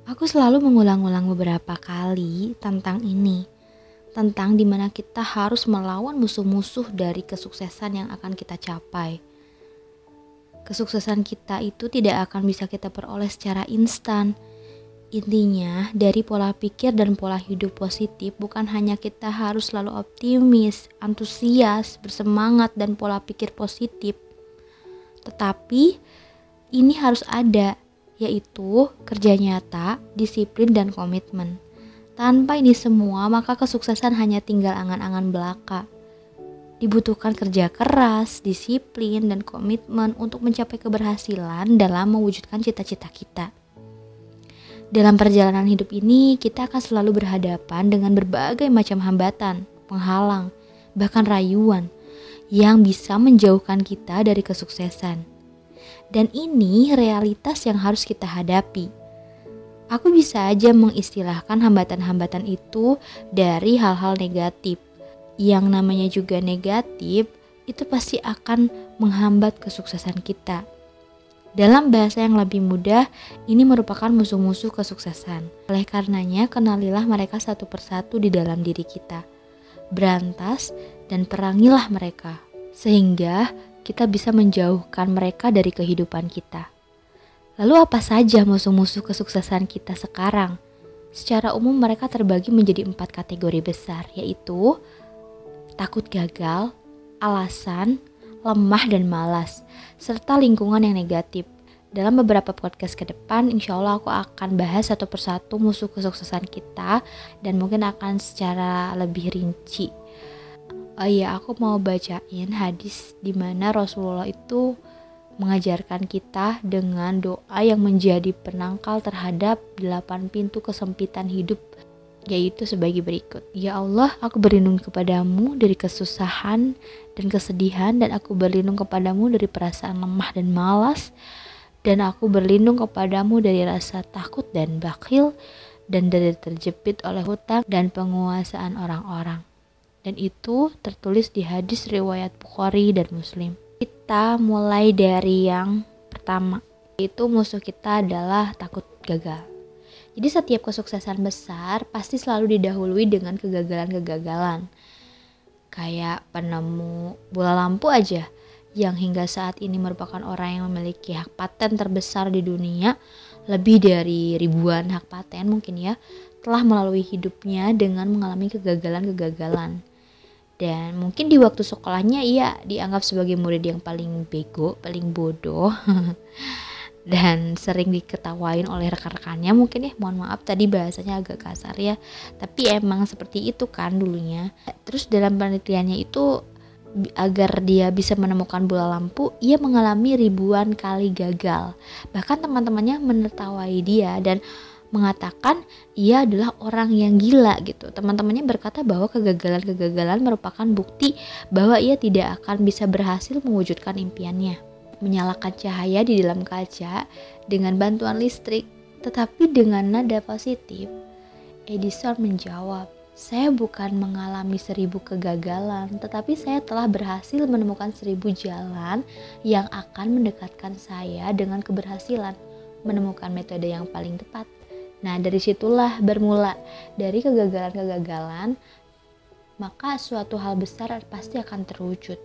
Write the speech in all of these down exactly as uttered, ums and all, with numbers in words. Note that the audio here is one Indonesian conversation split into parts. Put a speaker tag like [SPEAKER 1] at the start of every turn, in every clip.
[SPEAKER 1] Aku selalu mengulang-ulang beberapa kali tentang ini, tentang dimana kita harus melawan musuh-musuh dari kesuksesan yang akan kita capai. Kesuksesan kita itu tidak akan bisa kita peroleh secara instan. Intinya, dari pola pikir dan pola hidup positif bukan hanya kita harus selalu optimis, antusias, bersemangat, dan pola pikir positif. Tetapi, ini harus ada, yaitu kerja nyata, disiplin, dan komitmen. Tanpa ini semua, maka kesuksesan hanya tinggal angan-angan belaka. Dibutuhkan kerja keras, disiplin, dan komitmen untuk mencapai keberhasilan dalam mewujudkan cita-cita kita. Dalam perjalanan hidup ini, kita akan selalu berhadapan dengan berbagai macam hambatan, penghalang, bahkan rayuan yang bisa menjauhkan kita dari kesuksesan. Dan ini realitas yang harus kita hadapi. Aku bisa aja mengistilahkan hambatan-hambatan itu dari hal-hal negatif. Yang namanya juga negatif, itu pasti akan menghambat kesuksesan kita. Dalam bahasa yang lebih mudah, ini merupakan musuh-musuh kesuksesan. Oleh karenanya, kenalilah mereka satu persatu di dalam diri kita. Berantas dan perangilah mereka, sehingga kita bisa menjauhkan mereka dari kehidupan kita. Lalu apa saja musuh-musuh kesuksesan kita sekarang? Secara umum mereka terbagi menjadi empat kategori besar, yaitu takut gagal, alasan, lemah dan malas, serta lingkungan yang negatif. Dalam beberapa podcast ke depan, insya Allah aku akan bahas satu persatu musuh kesuksesan kita dan mungkin akan secara lebih rinci. Oh iya, aku mau bacain hadis di mana Rasulullah itu mengajarkan kita dengan doa yang menjadi penangkal terhadap delapan pintu kesempitan hidup, yaitu sebagai berikut. Ya Allah, aku berlindung kepadamu dari kesusahan dan kesedihan, dan aku berlindung kepadamu dari perasaan lemah dan malas, dan aku berlindung kepadamu dari rasa takut dan bakhil, dan dari terjepit oleh hutang dan penguasaan orang-orang. Dan itu tertulis di hadis riwayat Bukhari dan Muslim. Kita mulai dari yang pertama, yaitu musuh kita adalah takut gagal. Jadi setiap kesuksesan besar pasti selalu didahului dengan kegagalan-kegagalan. Kayak penemu bola lampu aja, yang hingga saat ini merupakan orang yang memiliki hak paten terbesar di dunia, lebih dari ribuan hak paten mungkin ya, telah melalui hidupnya dengan mengalami kegagalan-kegagalan. Dan mungkin di waktu sekolahnya ia dianggap sebagai murid yang paling bego, paling bodoh. Dan sering diketawain oleh rekan-rekannya mungkin ya, mohon maaf tadi bahasanya agak kasar ya, tapi emang seperti itu kan dulunya. Terus dalam penelitiannya itu, agar dia bisa menemukan bola lampu, ia mengalami ribuan kali gagal. Bahkan teman-temannya menertawai dia dan mengatakan ia adalah orang yang gila gitu. Teman-temannya berkata bahwa kegagalan-kegagalan merupakan bukti bahwa ia tidak akan bisa berhasil mewujudkan impiannya. Menyalakan cahaya di dalam kaca dengan bantuan listrik, tetapi dengan nada positif, Edison menjawab, "Saya bukan mengalami seribu kegagalan, tetapi saya telah berhasil menemukan seribu jalan yang akan mendekatkan saya dengan keberhasilan, menemukan metode yang paling tepat." Nah, dari situlah bermula, dari kegagalan-kegagalan, maka suatu hal besar pasti akan terwujud.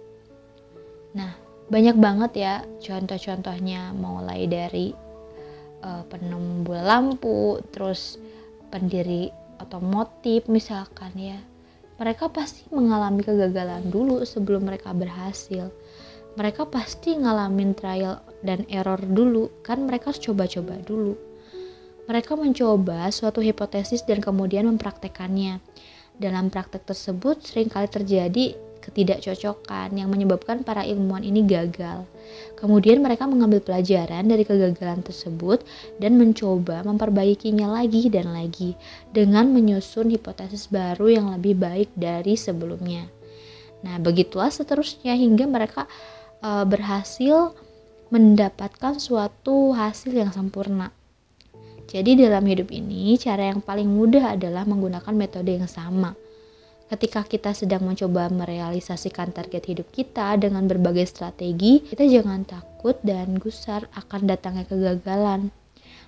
[SPEAKER 1] Nah, banyak banget ya contoh-contohnya, mulai dari uh, penemu bola lampu, terus pendiri otomotif misalkan ya. Mereka pasti mengalami kegagalan dulu sebelum mereka berhasil. Mereka pasti ngalamin trial dan error dulu, kan mereka harus coba-coba dulu. Mereka mencoba suatu hipotesis dan kemudian mempraktekannya. Dalam praktek tersebut seringkali terjadi ketidakcocokan yang menyebabkan para ilmuwan ini gagal. Kemudian mereka mengambil pelajaran dari kegagalan tersebut dan mencoba memperbaikinya lagi dan lagi dengan menyusun hipotesis baru yang lebih baik dari sebelumnya. Nah, begitulah seterusnya hingga mereka e, berhasil mendapatkan suatu hasil yang sempurna. Jadi dalam hidup ini, cara yang paling mudah adalah menggunakan metode yang sama. Ketika kita sedang mencoba merealisasikan target hidup kita dengan berbagai strategi, kita jangan takut dan gusar akan datangnya kegagalan.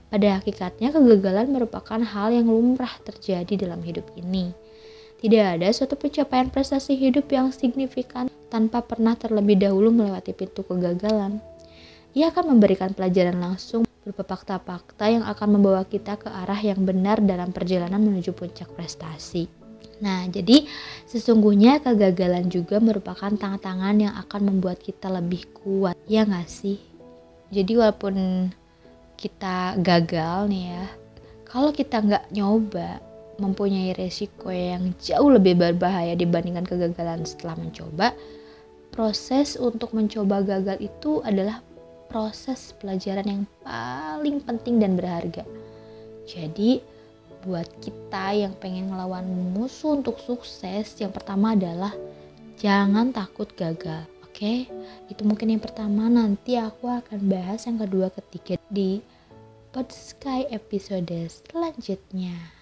[SPEAKER 1] Pada hakikatnya kegagalan merupakan hal yang lumrah terjadi dalam hidup ini. Tidak ada suatu pencapaian prestasi hidup yang signifikan tanpa pernah terlebih dahulu melewati pintu kegagalan. Ia akan memberikan pelajaran langsung berupa fakta-fakta yang akan membawa kita ke arah yang benar dalam perjalanan menuju puncak prestasi. Nah, jadi sesungguhnya kegagalan juga merupakan tantangan yang akan membuat kita lebih kuat, ya nggak sih? Jadi walaupun kita gagal nih ya, kalau kita nggak nyoba, mempunyai resiko yang jauh lebih berbahaya dibandingkan kegagalan setelah mencoba. Proses untuk mencoba gagal itu adalah proses pelajaran yang paling penting dan berharga. Jadi buat kita yang pengen ngelawan musuh untuk sukses, yang pertama adalah jangan takut gagal. Oke, itu mungkin yang pertama. Nanti aku akan bahas yang kedua, ketiga di Podsky episode selanjutnya.